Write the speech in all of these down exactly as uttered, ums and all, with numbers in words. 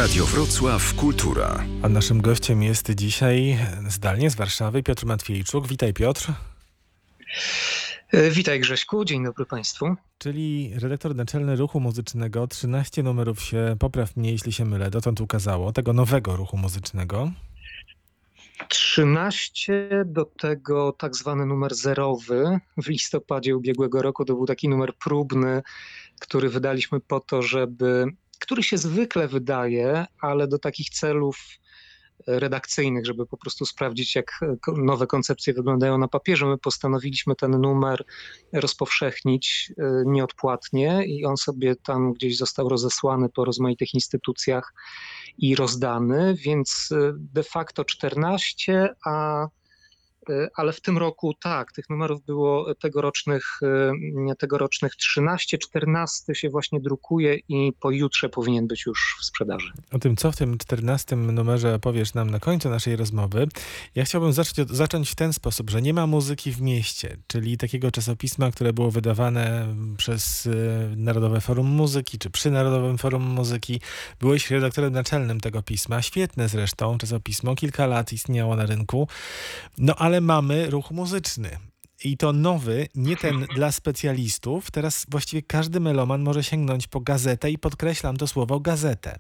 Radio Wrocław Kultura. A naszym gościem jest dzisiaj zdalnie z Warszawy Piotr Matwiejczuk. Witaj, Piotr. Witaj, Grześku. Dzień dobry Państwu. Czyli redaktor naczelny Ruchu Muzycznego. trzynaście numerów się, popraw mnie jeśli się mylę, dotąd ukazało, tego nowego Ruchu Muzycznego. trzynaście, do tego tak zwany numer zerowy w listopadzie ubiegłego roku. To był taki numer próbny, który wydaliśmy po to, żeby, który się zwykle wydaje, ale do takich celów redakcyjnych, żeby po prostu sprawdzić, jak nowe koncepcje wyglądają na papierze. My postanowiliśmy ten numer rozpowszechnić nieodpłatnie i on sobie tam gdzieś został rozesłany po rozmaitych instytucjach i rozdany, więc de facto czternaście, a ale w tym roku tak, tych numerów było tegorocznych, tegorocznych trzynaście, czternaście się właśnie drukuje i pojutrze powinien być już w sprzedaży. O tym, co w tym czternastym numerze powiesz nam na końcu naszej rozmowy. Ja chciałbym zacząć, zacząć w ten sposób, że nie ma muzyki w mieście, czyli takiego czasopisma, które było wydawane przez Narodowe Forum Muzyki, czy przy Narodowym Forum Muzyki. Byłeś redaktorem naczelnym tego pisma, świetne zresztą czasopismo, kilka lat istniało na rynku, no ale mamy ruch muzyczny. I to nowy, nie ten dla specjalistów. Teraz właściwie każdy meloman może sięgnąć po gazetę i podkreślam to słowo gazetę.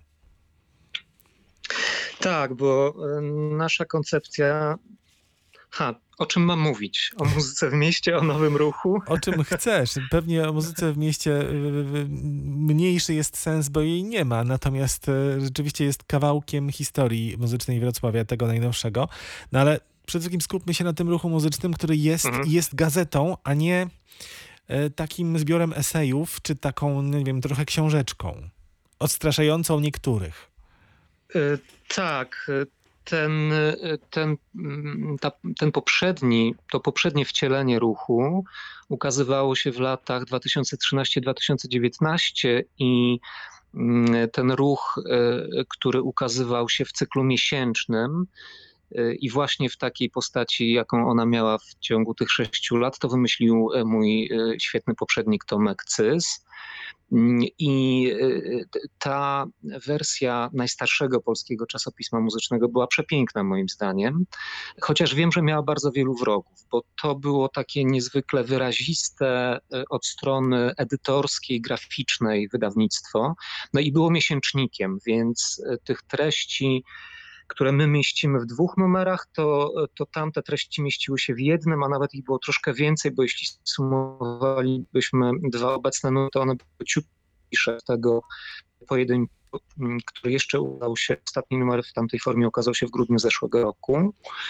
Tak, bo nasza koncepcja... Ha, o czym mam mówić? O muzyce w mieście, o nowym ruchu? O czym chcesz. Pewnie o muzyce w mieście mniejszy jest sens, bo jej nie ma. Natomiast rzeczywiście jest kawałkiem historii muzycznej Wrocławia, tego najnowszego. No ale przede wszystkim skupmy się na tym ruchu muzycznym, który jest, mhm. jest gazetą, a nie e, takim zbiorem esejów, czy taką, nie wiem, trochę książeczką, odstraszającą niektórych. E, tak, ten, ten, ta, ten poprzedni, to poprzednie wcielenie ruchu ukazywało się w latach dwa tysiące trzynaście dwa tysiące dziewiętnaście i ten ruch, który ukazywał się w cyklu miesięcznym, i właśnie w takiej postaci, jaką ona miała w ciągu tych sześciu lat, to wymyślił mój świetny poprzednik Tomek Cys. I ta wersja najstarszego polskiego czasopisma muzycznego była przepiękna moim zdaniem, chociaż wiem, że miała bardzo wielu wrogów, bo to było takie niezwykle wyraziste od strony edytorskiej, graficznej wydawnictwo. No i było miesięcznikiem, więc tych treści, które my mieścimy w dwóch numerach, to, to tamte treści mieściły się w jednym, a nawet ich było troszkę więcej, bo jeśli sumowalibyśmy dwa obecne numery, to one były ciut mniejsze tego pojedynku, który jeszcze udał się, ostatni numer w tamtej formie okazał się w grudniu zeszłego roku.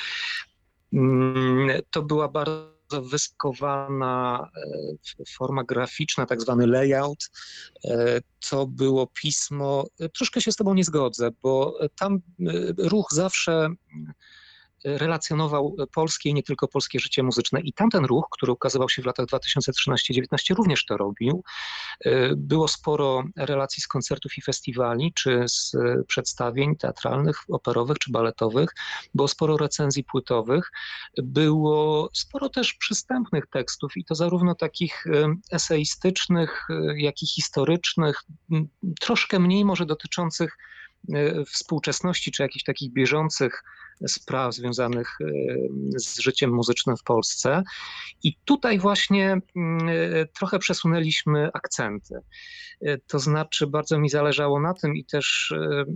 To była bardzo wyskowana forma graficzna, tak zwany layout. To było pismo, troszkę się z tobą nie zgodzę, bo tam ruch zawsze relacjonował polskie i nie tylko polskie życie muzyczne. I tamten ruch, który ukazywał się w latach dwa tysiące trzynaście dziewiętnaście, również to robił. Było sporo relacji z koncertów i festiwali, czy z przedstawień teatralnych, operowych czy baletowych. Było sporo recenzji płytowych. Było sporo też przystępnych tekstów i to zarówno takich eseistycznych, jak i historycznych, troszkę mniej może dotyczących współczesności, czy jakichś takich bieżących spraw związanych z życiem muzycznym w Polsce. I tutaj właśnie trochę przesunęliśmy akcenty. To znaczy bardzo mi zależało na tym i też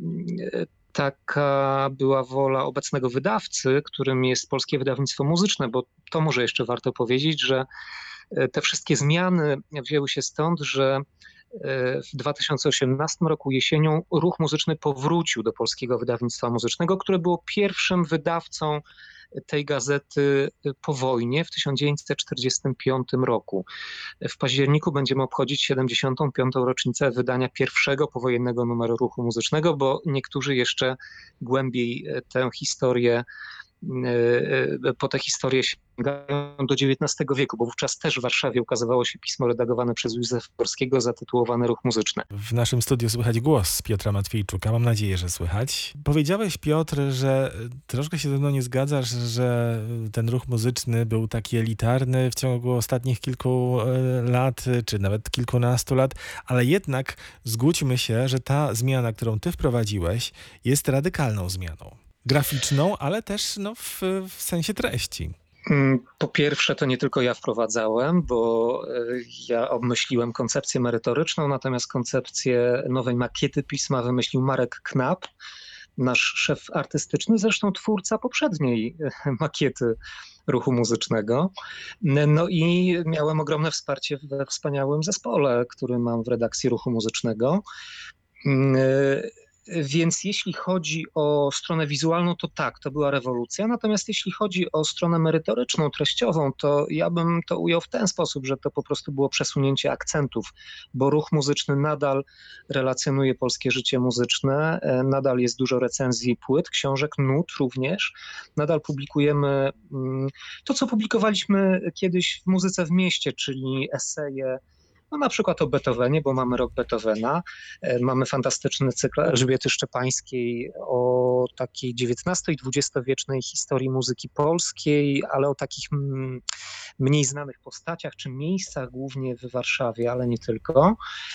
taka była wola obecnego wydawcy, którym jest Polskie Wydawnictwo Muzyczne, bo to może jeszcze warto powiedzieć, że te wszystkie zmiany wzięły się stąd, że w dwa tysiące osiemnastym roku jesienią ruch muzyczny powrócił do Polskiego Wydawnictwa Muzycznego, które było pierwszym wydawcą tej gazety po wojnie w tysiąc dziewięćset czterdziestym piątym roku. W październiku będziemy obchodzić siedemdziesiątą piątą rocznicę wydania pierwszego powojennego numeru ruchu muzycznego, bo niektórzy jeszcze głębiej tę historię po tę historię sięgają do dziewiętnastego wieku, bo wówczas też w Warszawie ukazywało się pismo redagowane przez Józefa Dworskiego zatytułowane Ruch Muzyczny. W naszym studiu słychać głos Piotra Matwiejczuka. Mam nadzieję, że słychać. Powiedziałeś, Piotr, że troszkę się ze mną nie zgadzasz, że ten ruch muzyczny był taki elitarny w ciągu ostatnich kilku lat, czy nawet kilkunastu lat, ale jednak zgódźmy się, że ta zmiana, którą ty wprowadziłeś, jest radykalną zmianą. Graficzną, ale też no, w, w sensie treści. Po pierwsze, to nie tylko ja wprowadzałem, bo ja obmyśliłem koncepcję merytoryczną, natomiast koncepcję nowej makiety pisma wymyślił Marek Knap, nasz szef artystyczny, zresztą twórca poprzedniej makiety ruchu muzycznego. No i miałem ogromne wsparcie we wspaniałym zespole, który mam w redakcji ruchu muzycznego. Więc jeśli chodzi o stronę wizualną, to tak, to była rewolucja. Natomiast jeśli chodzi o stronę merytoryczną, treściową, to ja bym to ujął w ten sposób, że to po prostu było przesunięcie akcentów, bo ruch muzyczny nadal relacjonuje polskie życie muzyczne, nadal jest dużo recenzji płyt, książek, nut również. Nadal publikujemy to, co publikowaliśmy kiedyś w Muzyce w mieście, czyli eseje, no na przykład o Beethovenie, bo mamy rok Beethovena, mamy fantastyczny cykl Elżbiety Szczepańskiej o takiej dziewiętnasto- i dwudziestowiecznej historii muzyki polskiej, ale o takich mniej znanych postaciach czy miejscach, głównie w Warszawie, ale nie tylko.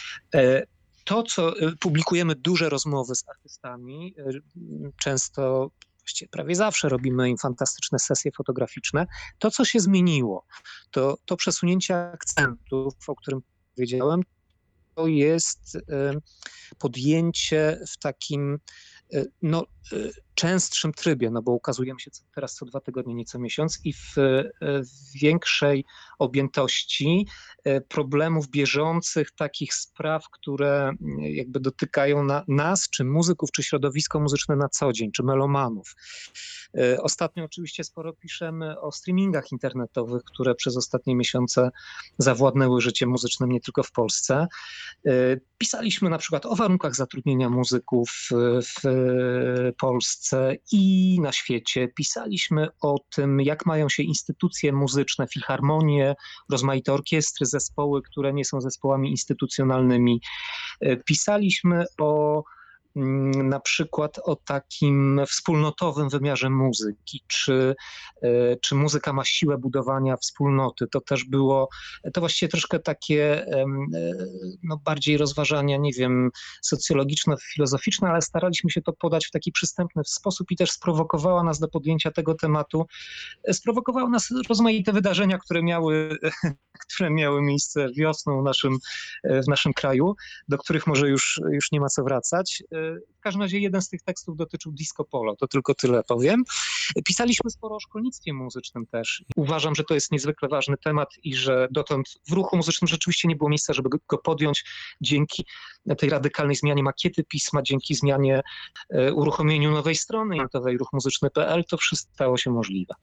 To, co publikujemy, duże rozmowy z artystami, często, właściwie prawie zawsze robimy im fantastyczne sesje fotograficzne. To, co się zmieniło, to, to przesunięcie akcentów, o którym powiedziałem, to jest podjęcie w takim no, częstszym trybie, no bo ukazujemy się teraz co dwa tygodnie, nie co miesiąc i w, w większej objętości problemów bieżących, takich spraw, które jakby dotykają na, nas, czy muzyków, czy środowisko muzyczne na co dzień, czy melomanów. Ostatnio oczywiście sporo piszemy o streamingach internetowych, które przez ostatnie miesiące zawładnęły życiem muzycznym nie tylko w Polsce. Pisaliśmy na przykład o warunkach zatrudnienia muzyków w Polsce i na świecie. Pisaliśmy o tym, jak mają się instytucje muzyczne, filharmonie, rozmaite orkiestry, zespoły, które nie są zespołami instytucjonalnymi. Pisaliśmy o na przykład o takim wspólnotowym wymiarze muzyki, czy, czy muzyka ma siłę budowania wspólnoty. To też było, to właściwie troszkę takie no, bardziej rozważania, nie wiem, socjologiczno-filozoficzne, ale staraliśmy się to podać w taki przystępny sposób i też sprowokowała nas do podjęcia tego tematu. Sprowokowały nas rozmaite wydarzenia, które miały, które miały miejsce wiosną w naszym, w naszym kraju, do których może już, już nie ma co wracać. W każdym razie jeden z tych tekstów dotyczył disco polo, to tylko tyle powiem. Pisaliśmy sporo o szkolnictwie muzycznym też. Uważam, że to jest niezwykle ważny temat i że dotąd w ruchu muzycznym rzeczywiście nie było miejsca, żeby go podjąć. Dzięki tej radykalnej zmianie makiety pisma, dzięki zmianie, uruchomieniu nowej strony internetowej ruch muzyczny kropka p l, to wszystko stało się możliwe.